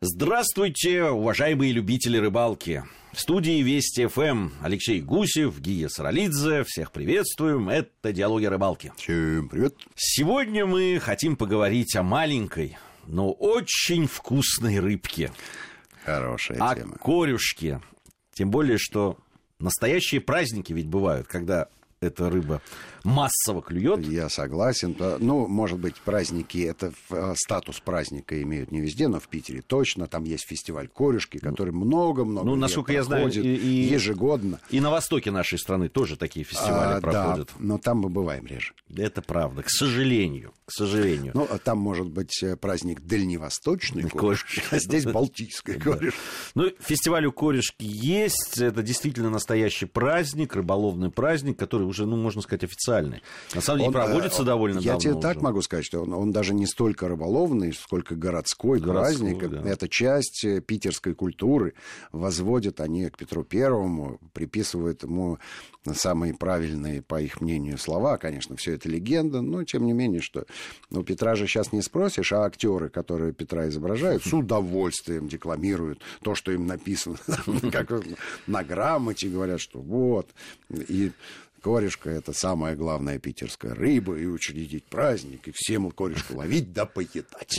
Здравствуйте, уважаемые любители рыбалки. В студии Вести ФМ Алексей Гусев, Гия Саралидзе. Всех приветствуем. Это «Диалоги о рыбалке». Всем привет. Сегодня мы хотим поговорить о маленькой, но очень вкусной рыбке. Хорошая тема. О корюшке. Тем более, что настоящие праздники ведь бывают, когда эта рыба массово клюет. Я согласен. Ну, может быть, праздники, это статус праздника имеют не везде, но в Питере точно. Там есть фестиваль корюшки, который много-много лет насколько я знаю, ежегодно. И на востоке нашей страны тоже такие фестивали проходят. Да, но там мы бываем реже. Это правда, к сожалению. Ну, а там может быть праздник дальневосточной корюшки, а здесь балтийская корюшка. Ну, фестиваль у корюшки есть. Это действительно настоящий праздник, рыболовный праздник, который уже, можно сказать, официальный. На самом деле, проводится довольно давно. Я тебе уже так могу сказать, что он даже не столько рыболовный, сколько городской праздник. Да. Это часть питерской культуры. Возводят они к Петру Первому, приписывают ему самые правильные, по их мнению, слова. Конечно, все это легенда, но тем не менее, что у Петра же сейчас не спросишь, а актеры, которые Петра изображают, с удовольствием декламируют то, что им написано как на грамоте, говорят, что вот. И корюшка — это самая главная питерская рыба, и учредить праздник, и всем корюшку ловить да поедать.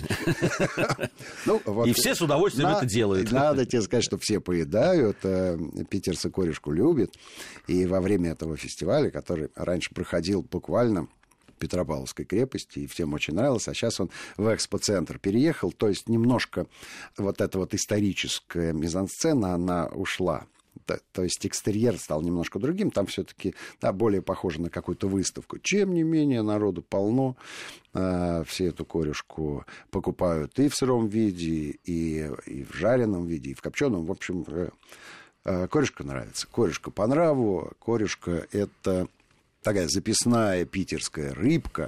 И все с удовольствием это делают. Надо тебе сказать, что все поедают, питерцы корюшку любят. И во время этого фестиваля, который раньше проходил буквально в Петропавловской крепости, и всем очень нравилось, а сейчас он в экспоцентр переехал, то есть немножко вот эта вот историческая мизансцена, она ушла. То есть экстерьер стал немножко другим, там все-таки более похоже на какую-то выставку. Тем не менее, народу полно, все эту корюшку покупают и в сыром виде, и в жареном виде, и в копченом. В общем, корюшка нравится. Корюшка по нраву, корюшка — это такая записная питерская рыбка,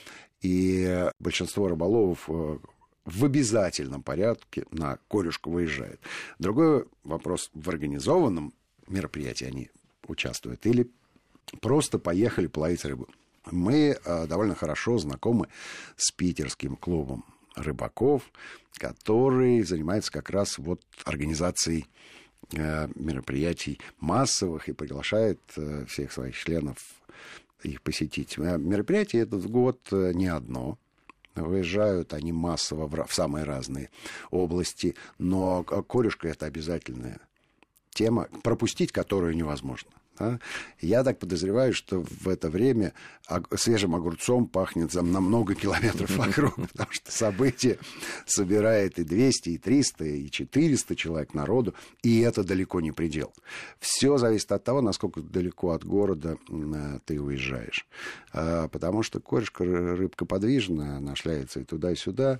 и большинство рыболовов в обязательном порядке на корюшку выезжают. Другой вопрос: в организованном мероприятии они участвуют или просто поехали половить рыбу. Мы довольно хорошо знакомы с питерским клубом рыбаков, который занимается как раз вот организацией мероприятий массовых и приглашает всех своих членов их посетить. Мероприятие этот год не одно. Выезжают они массово в самые разные области, но корюшка — это обязательная тема, пропустить которую невозможно. Я так подозреваю, что в это время свежим огурцом пахнет на много километров вокруг, потому что событие собирает и 200, и 300, и 400 человек народу, и это далеко не предел. Все зависит от того, насколько далеко от города ты уезжаешь. Потому что корюшка — рыбка подвижная, она шляется и туда, и сюда.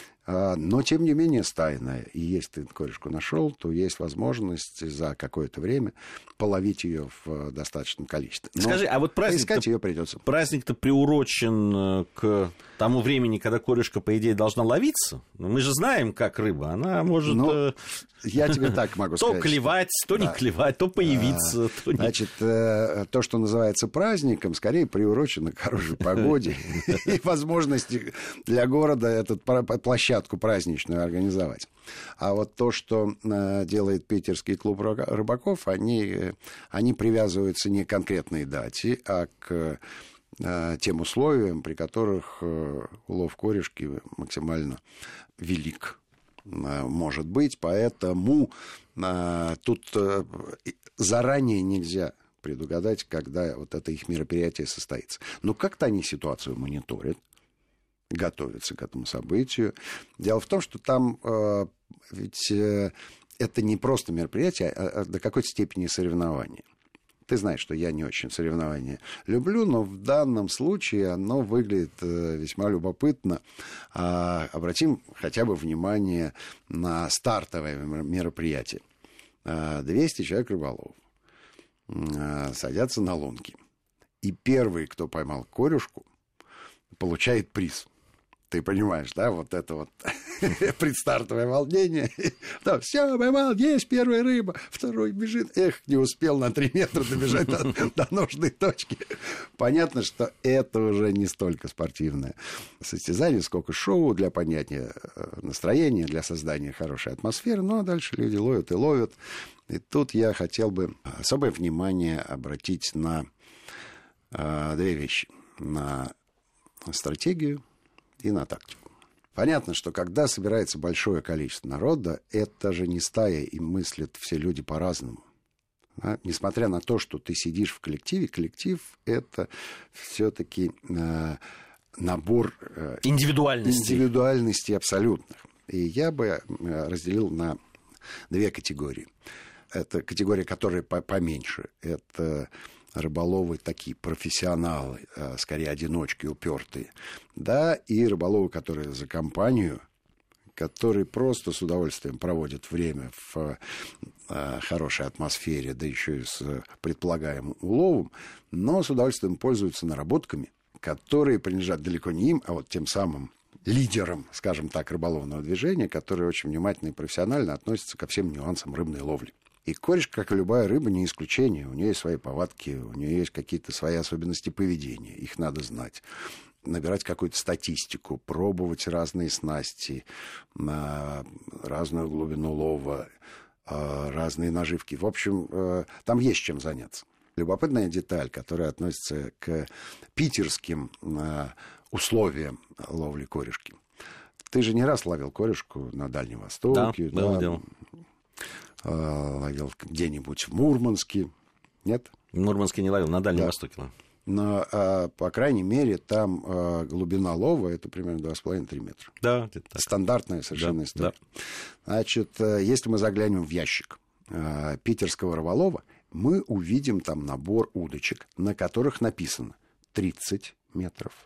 Но, тем не менее, стайная. И если ты корюшку нашел, то есть возможность за какое-то время половить ее в достаточном количестве. Но скажи, а вот искать ее придется. Праздник-то приурочен к тому времени, когда корюшка, по идее, должна ловиться. Мы же знаем, как рыба. Она может я тебе так могу сказать. То клевать, то не клевать, то появиться. Значит, то, что называется праздником, скорее приурочено к хорошей погоде и возможности для города эту площадку праздничную организовать. А вот то, что делает питерский клуб рыбаков, они привязываются не к конкретной дате, а к тем условиям, при которых улов корюшки максимально велик может быть. Поэтому тут заранее нельзя предугадать, когда вот это их мероприятие состоится. Но как-то они ситуацию мониторят, готовятся к этому событию. Дело в том, что там ведь это не просто мероприятие, а до какой-то степени соревнование. Ты знаешь, что я не очень соревнования люблю, но в данном случае оно выглядит весьма любопытно. Обратим хотя бы внимание на стартовое мероприятие. 200 человек рыболов садятся на лунки. И первый, кто поймал корюшку, получает приз. Ты понимаешь, да, вот это вот предстартовое волнение. Все, поймал, есть первая рыба, второй бежит. Эх, не успел на 3 метра добежать до нужной точки. Понятно, что это уже не столько спортивное состязание, сколько шоу для поднятия настроения, для создания хорошей атмосферы. Ну, а дальше люди ловят и ловят. И тут я хотел бы особое внимание обратить на 2 вещи. На стратегию и на тактику. Понятно, что когда собирается большое количество народа, это же не стая, и мыслят все люди по-разному. Да? Несмотря на то, что ты сидишь в коллективе, коллектив — это все-таки набор индивидуальностей абсолютных. И я бы разделил на 2 категории. Это категория, которая поменьше. Это рыболовы такие профессионалы, скорее одиночки, упертые, да, и рыболовы, которые за компанию, которые просто с удовольствием проводят время в хорошей атмосфере, да еще и с предполагаемым уловом, но с удовольствием пользуются наработками, которые принадлежат далеко не им, а вот тем самым лидерам, скажем так, рыболовного движения, которые очень внимательно и профессионально относятся ко всем нюансам рыбной ловли. И корешка, как и любая рыба, не исключение. У нее есть свои повадки, у нее есть какие-то свои особенности поведения. Их надо знать. Набирать какую-то статистику, пробовать разные снасти, разную глубину лова, разные наживки. В общем, там есть чем заняться. Любопытная деталь, которая относится к питерским условиям ловли корешки. Ты же не раз ловил корешку на Дальнем Востоке. Да, дело. Ловил где-нибудь в Мурманске. Нет? В Мурманске не ловил, на Дальнем Востоке ловил. Но, по крайней мере, там глубина лова — это примерно 2,5-3 метра. Да, это так. Стандартная совершенно история. Да. Значит, если мы заглянем в ящик питерского рыболова, мы увидим там набор удочек, на которых написано 30 метров,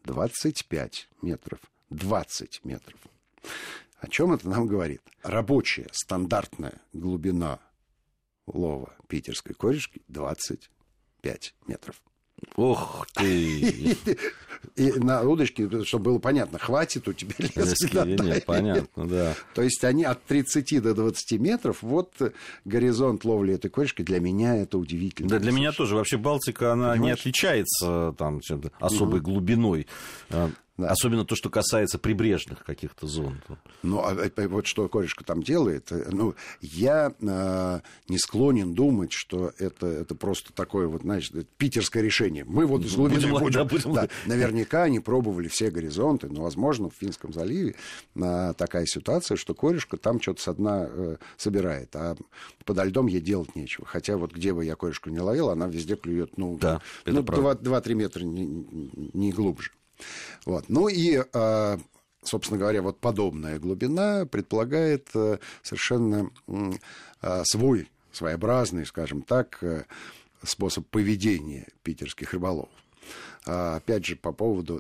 25 метров, 20 метров. О чем это нам говорит? Рабочая стандартная глубина лова питерской корешки 25 метров. Ох ты! И на удочке, чтобы было понятно, хватит у тебя леска. Нет, понятно, да. То есть они от 30 до 20 метров, вот горизонт ловли этой корешки. Для меня это удивительно. Да, для меня тоже. Вообще Балтика, она не отличается там чем-то особой глубиной. Да. Особенно то, что касается прибрежных каких-то зон. Ну, а вот что корешка там делает, ну, я не склонен думать, что это просто такое вот, знаешь, питерское решение. Мы вот из глубины будем. Да, наверняка они пробовали все горизонты, но, возможно, в Финском заливе такая ситуация, что корешка там что-то со дна собирает, а подо льдом ей делать нечего. Хотя вот где бы я корешку не ловил, она везде клюет, 2-3 метра, не глубже. Вот. Ну и, собственно говоря, вот подобная глубина предполагает совершенно своеобразный, скажем так, способ поведения питерских рыболовов. Опять же, по поводу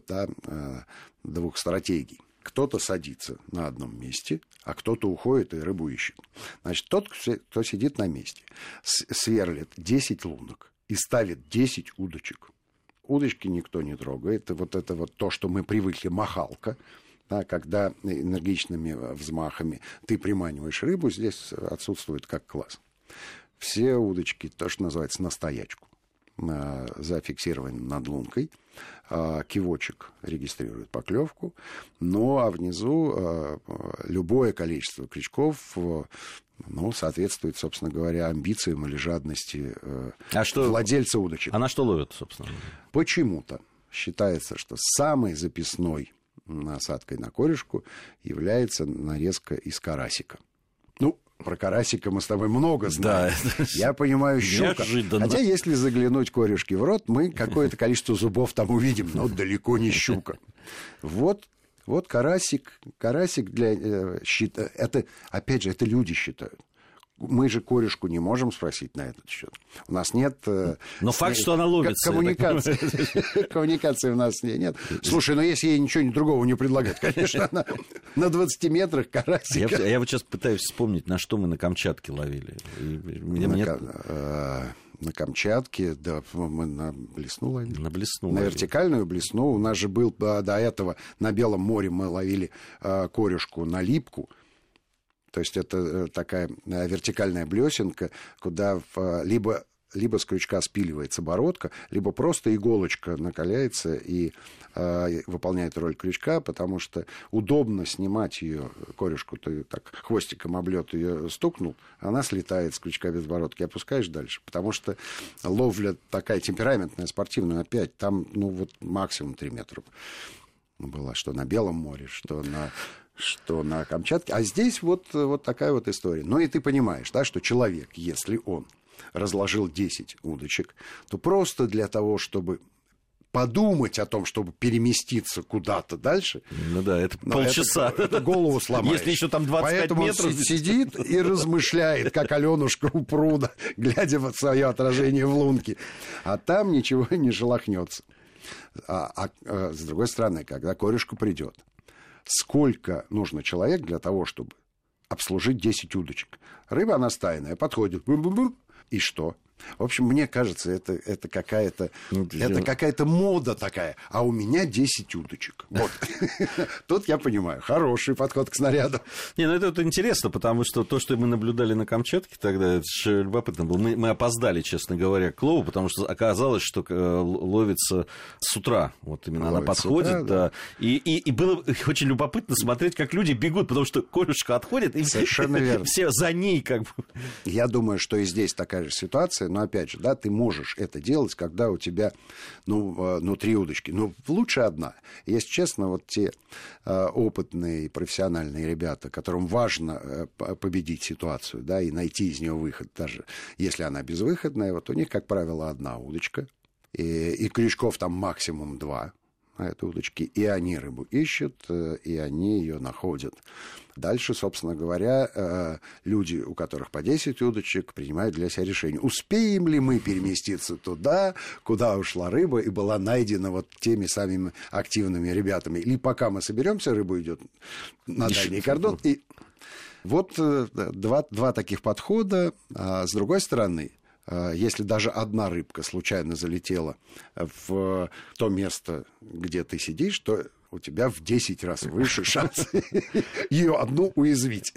2 стратегий. Кто-то садится на одном месте, а кто-то уходит и рыбу ищет. Значит, тот, кто сидит на месте, сверлит 10 лунок и ставит 10 удочек. Удочки никто не трогает. Вот это вот то, что мы привыкли, махалка, да, когда энергичными взмахами ты приманиваешь рыбу, здесь отсутствует как класс. Все удочки, то, что называется, на стоячку, зафиксированы над лункой. Кивочек регистрирует поклевку. Ну, а внизу любое количество крючков соответствует, собственно говоря, амбициям или жадности владельца удочек. А на что ловят, собственно? Почему-то считается, что самой записной насадкой на корешку является нарезка из карасика. Ну, про карасика мы с тобой много знаем. Да. Я понимаю, щука. Неожиданно. Хотя, если заглянуть корешке в рот, мы какое-то количество зубов там увидим, но далеко не щука. Вот карасик для счета. Это, опять же, это люди считают. Мы же корешку не можем спросить на этот счет. У нас нет... Но факт, что она ловится. Коммуникации у нас нет. Слушай, но если ей ничего другого не предлагать, конечно, она на 20 метрах карасика. Я вот сейчас пытаюсь вспомнить, на что мы на Камчатке ловили. на Камчатке, да, мы на блесну ловили. На блесну на ловили. Вертикальную блесну. У нас же был до этого на Белом море мы ловили корюшку на липку. То есть это такая вертикальная блесенка, куда либо с крючка спиливается бородка, либо просто иголочка накаляется и выполняет роль крючка, потому что удобно снимать ее, корюшку, ты так хвостиком об лед ее стукнул, она слетает с крючка без бородки, опускаешь дальше, потому что ловля такая темпераментная, спортивная, опять, там, максимум 3 метра была, что на Белом море, что на Камчатке, а здесь вот такая вот история. Ну и ты понимаешь, да, что человек, если он разложил 10 удочек, то просто для того, чтобы подумать о том, чтобы переместиться куда-то дальше... Ну да, это полчаса. Это голову сломаешь. Если еще там 25 Поэтому метров... он сидит и размышляет, как Аленушка у пруда, глядя в свое отражение в лунке. А там ничего не шелохнется. С другой стороны, когда корюшка придет, сколько нужно человек для того, чтобы обслужить 10 удочек? Рыба, она стайная, подходит, и что? В общем, мне кажется, это какая-то мода такая. А у меня 10 удочек. Вот. Тут я понимаю, хороший подход к снаряду. Не, ну это интересно, потому что то, что мы наблюдали на Камчатке тогда, это же любопытно было. Мы опоздали, честно говоря, к лову, потому что оказалось, что ловится с утра. Вот именно она подходит, утра, да. И было очень любопытно смотреть, как люди бегут, потому что корюшка отходит, и все за ней как бы. Я думаю, что и здесь такая же ситуация. Но, опять же, да, ты можешь это делать, когда у тебя, 3 удочки. Лучше одна. Если честно, вот те опытные, профессиональные ребята, которым важно победить ситуацию, да, и найти из нее выход, даже если она безвыходная, вот у них, как правило, одна удочка, и крючков там максимум 2 на этой удочке, и они рыбу ищут, и они ее находят. Дальше, собственно говоря, люди, у которых по 10 удочек, принимают для себя решение, успеем ли мы переместиться туда, куда ушла рыба и была найдена вот теми самыми активными ребятами. Или пока мы соберемся, рыба идет на дальний кордон. И вот два таких подхода. А с другой стороны, если даже одна рыбка случайно залетела в то место, где ты сидишь, то у тебя в 10 раз выше шанс ее одну уязвить.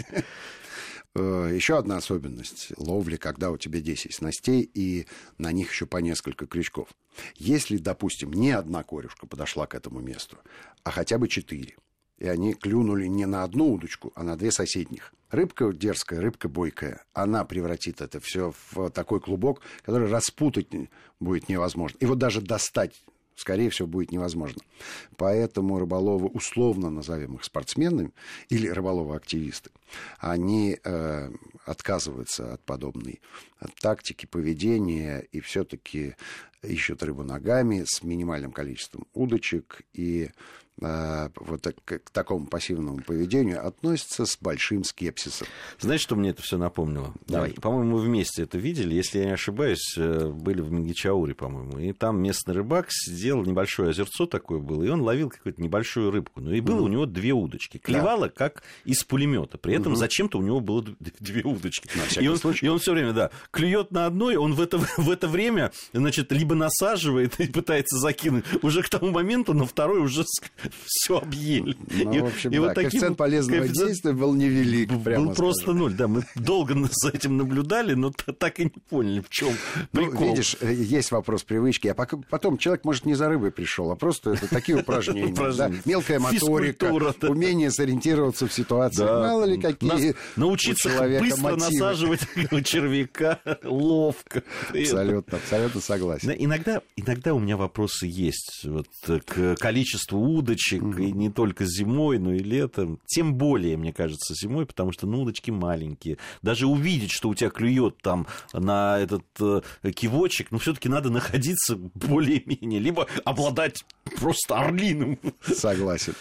Еще одна особенность ловли, когда у тебя 10 снастей, и на них еще по несколько крючков. Если, допустим, не одна корюшка подошла к этому месту, а хотя бы 4, и они клюнули не на одну удочку, а на 2 соседних. Рыбка дерзкая, рыбка бойкая. Она превратит это все в такой клубок, который распутать будет невозможно. И вот даже достать, скорее всего, будет невозможно. Поэтому рыболовы, условно назовем их спортсменами, или рыболовы-активисты, они отказываются от подобной тактики поведения и все-таки ищут рыбу ногами с минимальным количеством удочек и вот к такому пассивному поведению относятся с большим скепсисом. Знаешь, что мне это все напомнило? Давай. По-моему, мы вместе это видели. Если я не ошибаюсь, были в Мингичауре, по-моему. И там местный рыбак сидел, небольшое озерцо такое было, и он ловил какую-то небольшую рыбку. Ну и было у него 2 удочки. Клевало, как из пулемета. При этом зачем-то у него было 2 удочки. И он все время, клюет на одной, он в это время, значит, либо насаживает и пытается закинуть. Уже к тому моменту на второй уже все объели. В общем, да, коэффициент полезного действия был невелик. Был просто 0, да. Мы долго за этим наблюдали, но так и не поняли, в чем прикол. Видишь, есть вопрос привычки. А потом человек, может, не за рыбой пришел, а просто это такие упражнения. Мелкая моторика, умение сориоторироваться в ситуации. Мало ли какие научиться быстро насаживать червяка, ловко. Абсолютно согласен. Иногда у меня вопросы есть к количеству удочек, и не только зимой, но и летом. Тем более, мне кажется, зимой, потому что удочки маленькие. Даже увидеть, что у тебя клюет там на этот кивочек, все-таки надо находиться более-менее. Либо обладать просто орлиным. Согласен.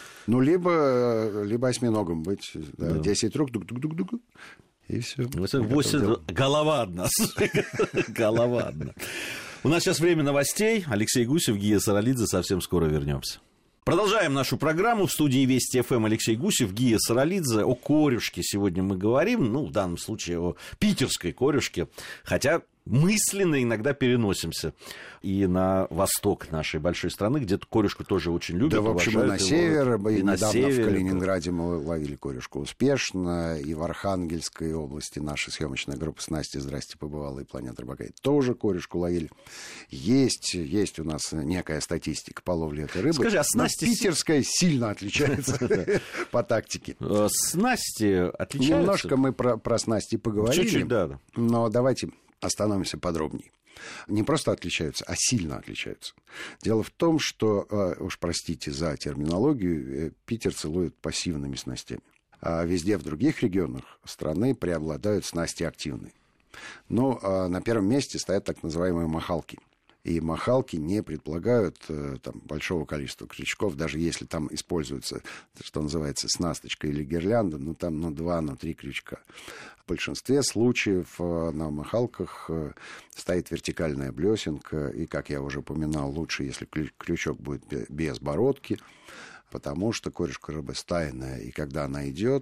Либо осьминогом быть. Да. 10 рук, дук-дук-дук-дук. И все. 8, голова одна. Голова одна. У нас сейчас время новостей. Алексей Гусев, Гия Саралидзе. Совсем скоро вернемся. Продолжаем нашу программу. В студии Вести ФМ Алексей Гусев, Гия Саралидзе. О корюшке сегодня мы говорим. В данном случае о питерской корюшке. Хотя мысленно иногда переносимся и на восток нашей большой страны, где корешку тоже очень любят. Да, в общем, и на север. И на недавно север, в Калининграде мы ловили корешку успешно, и в Архангельской области наша съемочная группа с Настей «Здрасте» побывала, и «Планета рыбака» тоже корешку ловили. Есть у нас некая статистика по ловле этой рыбы. Скажи, а снасти... питерская сильно отличается по тактике. Снасти отличаются? Немножко мы про снасти поговорили. Чуть-чуть, да. Но давайте остановимся подробнее. Не просто отличаются, а сильно отличаются. Дело в том, что, уж простите за терминологию, питерцы ловят пассивными снастями. А везде в других регионах страны преобладают снасти активные. Но на первом месте стоят так называемые махалки. И махалки не предполагают там, большого количества крючков, даже если там используется, что называется, снасточка или гирлянда, ну там 2, 3 крючка. В большинстве случаев на махалках стоит вертикальная блесенка, и, как я уже упоминал, лучше, если крючок будет без бородки, потому что корешка рыба стайная, и когда она идет,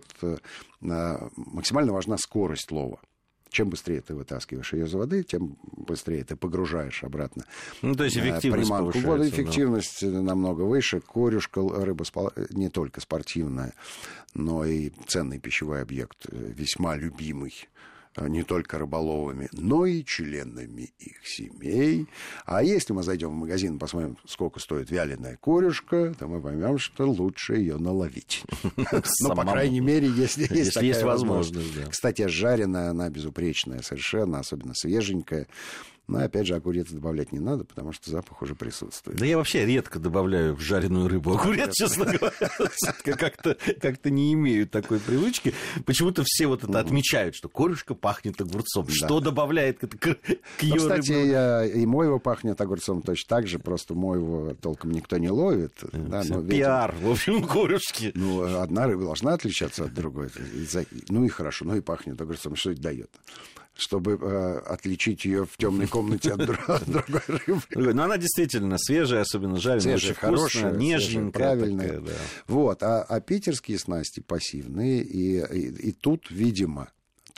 максимально важна скорость лова. Чем быстрее ты вытаскиваешь ее из воды, тем быстрее ты погружаешь обратно. Ну, то есть эффективность приманку в воду. Эффективность намного выше. Корюшка, рыба не только спортивная, но и ценный пищевой объект, весьма любимый не только рыболовами, но и членами их семей. А если мы зайдем в магазин и посмотрим, сколько стоит вяленая корюшка, то мы поймем, что лучше ее наловить. Ну, по крайней мере, если есть такая возможность. Кстати, жареная она безупречная совершенно, особенно свеженькая. Но, опять же, огурец добавлять не надо, потому что запах уже присутствует. Да я вообще редко добавляю в жареную рыбу огурец, честно говоря. Как-то не имею такой привычки. Почему-то все вот это отмечают, что корюшка пахнет огурцом. Что добавляет к ее рыбе? Кстати, и мойва пахнет огурцом точно так же, просто мойву толком никто не ловит. Пиар, в общем, корюшки. Ну, одна рыба должна отличаться от другой. Ну и хорошо, ну и пахнет огурцом. Что это дает? Чтобы отличить ее в темной комнате от другой рыбы. Но она действительно свежая, особенно жареная, свежая, хорошая, нежненькая. Правильная. Такая, да. Вот. А питерские снасти пассивные. И тут, видимо,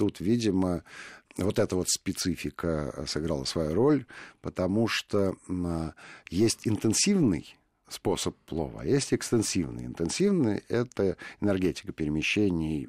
вот эта вот специфика сыграла свою роль, потому что есть интенсивный способ лова, а есть экстенсивный. Интенсивный — это энергетика перемещений,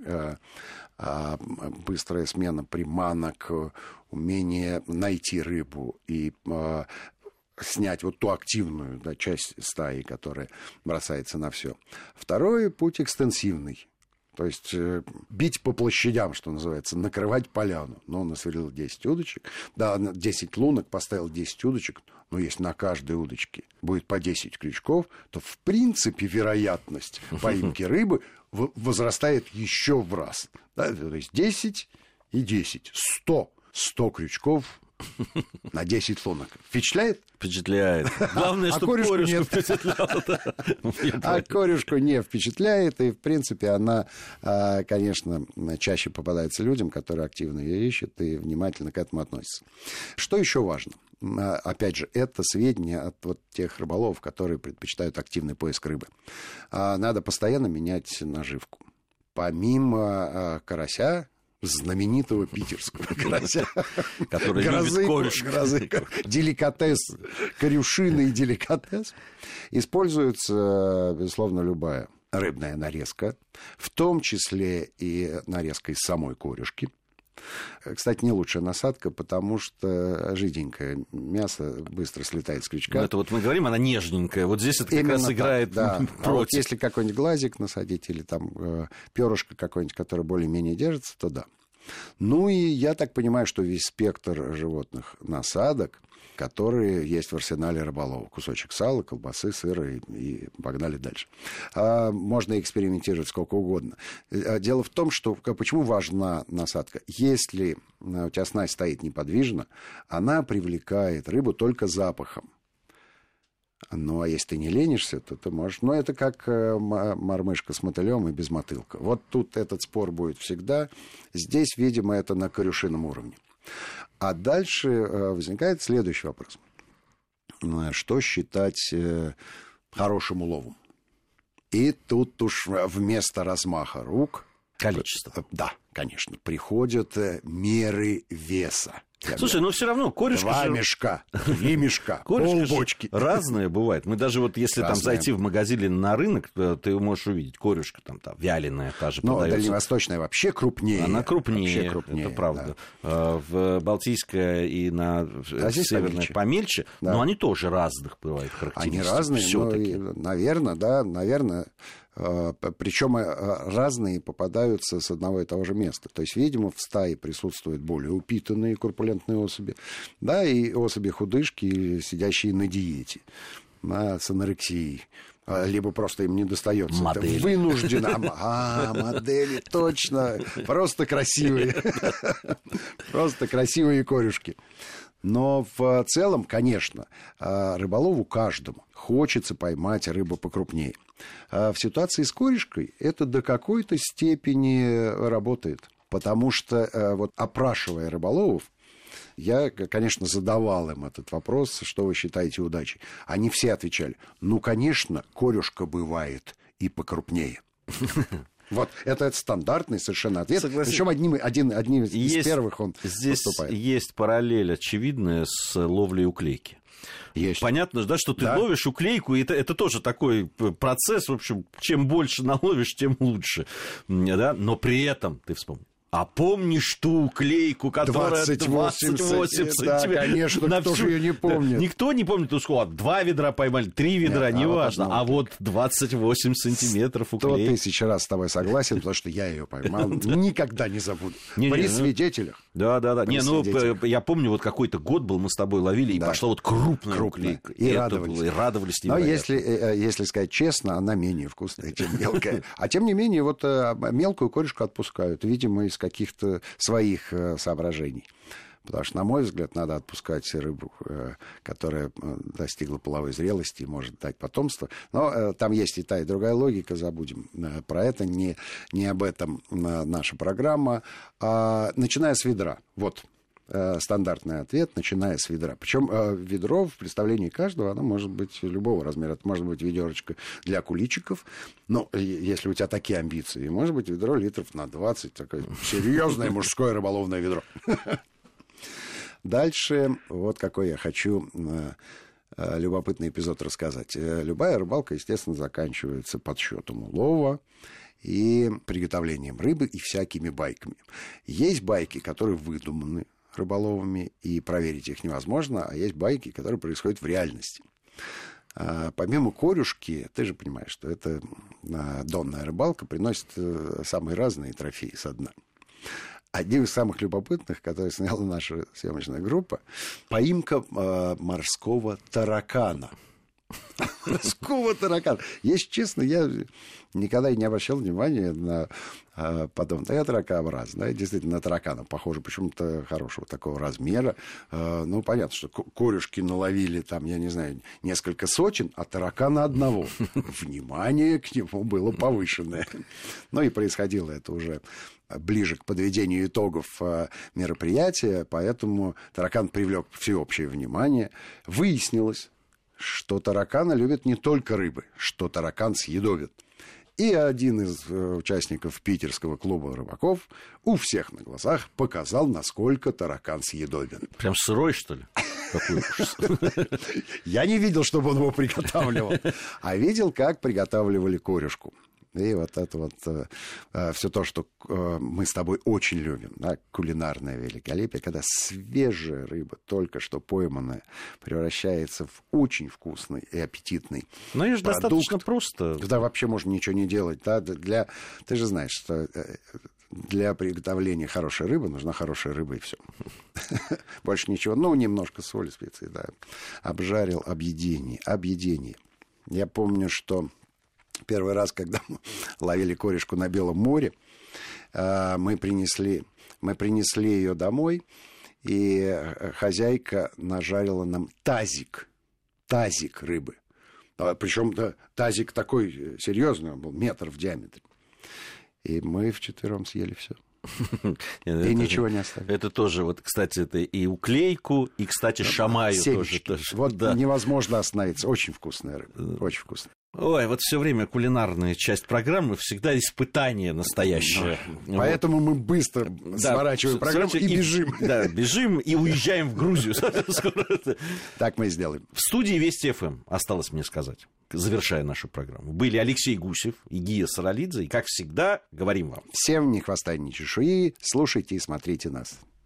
быстрая смена приманок, умение найти рыбу и снять вот ту активную часть стаи, которая бросается на все. Второй путь экстенсивный. То есть бить по площадям, что называется, накрывать поляну. Но он насверлил 10 удочек, 10 лунок, поставил 10 удочек. Но если на каждой удочке будет по 10 крючков, то в принципе вероятность поимки рыбы возрастает еще в раз. Да? То есть 10 и 10. 100 крючков на 10 лунок. Впечатляет? Впечатляет. Главное, чтобы корюшку впечатляла. А корюшку не впечатляет, и, в принципе, она, конечно, чаще попадается людям, которые активно ее ищут и внимательно к этому относятся. Что еще важно? Опять же, это сведения от вот тех рыболовов, которые предпочитают активный поиск рыбы. Надо постоянно менять наживку. Помимо карася, знаменитого питерского карася, который любит корюшку. Деликатес, корюшиный деликатес. Используется, безусловно, любая рыбная нарезка, в том числе и нарезка из самой корюшки. Кстати, не лучшая насадка, потому что жиденькое мясо быстро слетает с крючка. Но это вот мы говорим, она нежненькая. Вот здесь это как именно раз играет против. А вот если какой-нибудь глазик насадить или там перышко какое-нибудь, которое более-менее держится, то да. Ну и я так понимаю, что весь спектр животных насадок, которые есть в арсенале рыболова. Кусочек сала, колбасы, сыра и погнали дальше. Можно экспериментировать сколько угодно. Дело в том, что почему важна насадка. Если у тебя снасть стоит неподвижно, она привлекает рыбу только запахом. Ну, а если ты не ленишься, то ты можешь... Ну, это как мормышка с мотылем и без мотылка. Вот тут этот спор будет всегда. Здесь, видимо, это на корюшином уровне. А дальше возникает следующий вопрос. Что считать хорошим уловом? И тут уж вместо размаха рук... Количество. Да, конечно. Приходят меры веса. Слушай, но все равно корешка... 2 мешка, 3 мешка, полбочки. Разные бывает. Мы даже вот если там зайти в магазин или на рынок, ты можешь увидеть корешка там вяленая та же продается. Дальневосточная вообще крупнее. Она крупнее, это правда. Да. В Балтийская и на Северная помельче, да. Но они тоже разных бывают характеристик. Они разные, наверное. Причем разные попадаются с одного и того же места. То есть, видимо, в стае присутствуют более упитанные корпулентные особи, да, и особи-худышки, сидящие на диете, с анорексией. Либо просто им не достается. Модели. Вынужденно. Модели, точно. Просто красивые. Просто красивые корюшки. Но в целом, конечно, рыболову каждому хочется поймать рыбу покрупнее. А в ситуации с корешкой это до какой-то степени работает. Потому что, вот опрашивая рыболовов, я, конечно, задавал им этот вопрос, что вы считаете удачей. Они все отвечали, конечно, корюшка бывает и покрупнее. Вот, это стандартный совершенно ответ. Причем одним из первых он выступает. Здесь есть параллель очевидная с ловлей уклейки. Есть. Понятно, да, что ты ловишь уклейку, и это тоже такой процесс, в общем, чем больше наловишь, тем лучше. Да? Но при этом, ты вспомни, а помнишь ту уклейку, которая 28 сантиметров? Да, конечно, кто же ее не помнит. Да, никто не помнит, 2 ведра поймали, 3 ведра, неважно. А вот 28 сантиметров уклейки. 100 000 раз с тобой согласен, потому что я ее поймал. Никогда не забуду. При свидетелях. Да. Я помню, вот какой-то год был, мы с тобой ловили, и пошла вот крупная уклейка. И радовались. Но если сказать честно, она менее вкусная, чем мелкая. А тем не менее, вот мелкую корешку отпускают, видимо, из каких-то своих соображений. Потому что, на мой взгляд, надо отпускать рыбу, которая достигла половой зрелости и может дать потомство. Но там есть и та, и другая логика, забудем про это, не об этом наша программа. Начиная с ведра. Вот. Стандартный ответ, начиная с ведра. Причем ведро в представлении каждого, оно может быть любого размера. Это может быть ведерочко для куличиков, но если у тебя такие амбиции, может быть ведро литров на 20, такое серьезное мужское рыболовное ведро. Дальше вот какой я хочу любопытный эпизод рассказать. Любая рыбалка, естественно, заканчивается подсчетом улова и приготовлением рыбы и всякими байками. Есть байки, которые выдуманы рыболовами, и проверить их невозможно, а есть байки, которые происходят в реальности. Помимо корюшки, ты же понимаешь, что это донная рыбалка приносит самые разные трофеи со дна. Одним из самых любопытных, который сняла наша съемочная группа, поимка морского таракана. Морского таракана. Если честно, я никогда и не обращал внимания на подобное. Это ракообразное, действительно, на таракана похоже, почему-то хорошего такого размера. Ну, понятно, что корюшки наловили там, я не знаю, несколько сотен, а таракана одного. Внимание к нему было повышенное. Ну, и происходило это уже ближе к подведению итогов мероприятия, поэтому таракан привлек всеобщее внимание. Выяснилось, что таракана любят не только рыбы, что таракан съедобен. И один из участников питерского клуба рыбаков у всех на глазах показал, насколько таракан съедобен. Прям сырой, что ли? Какой ужас. Я не видел, чтобы он его приготавливал, а видел, как приготавливали корюшку. И вот это вот все то, что мы с тобой очень любим, да, кулинарное великолепие, когда свежая рыба, только что пойманная, превращается в очень вкусный и аппетитный продукт. Ну, и же достаточно просто. Да, вообще можно ничего не делать. Да, ты же знаешь, что для приготовления хорошей рыбы нужна хорошая рыба, и все. Больше ничего. Ну, немножко соли, специи, да. Обжарил, объедение. Я помню, что первый раз, когда мы ловили корешку на Белом море, мы принесли ее домой, и хозяйка нажарила нам тазик рыбы. Причем тазик такой серьезный, он был метр в диаметре. И мы вчетвером съели все. И ничего не оставили. Это тоже, вот, кстати, это и уклейку, и, кстати, шамаю тоже. Вот невозможно остановиться. Очень вкусная рыба, очень вкусная. Ой, вот все время кулинарная часть программы всегда испытание настоящее. Поэтому мы быстро сворачиваем программу и бежим. Да, бежим и уезжаем в Грузию. Так мы и сделаем. В студии Вести ФМ, осталось мне сказать, завершая нашу программу, были Алексей Гусев и Гия Саралидзе. И, как всегда, говорим вам. Всем ни хвоста, ни чешуи. Слушайте и смотрите нас.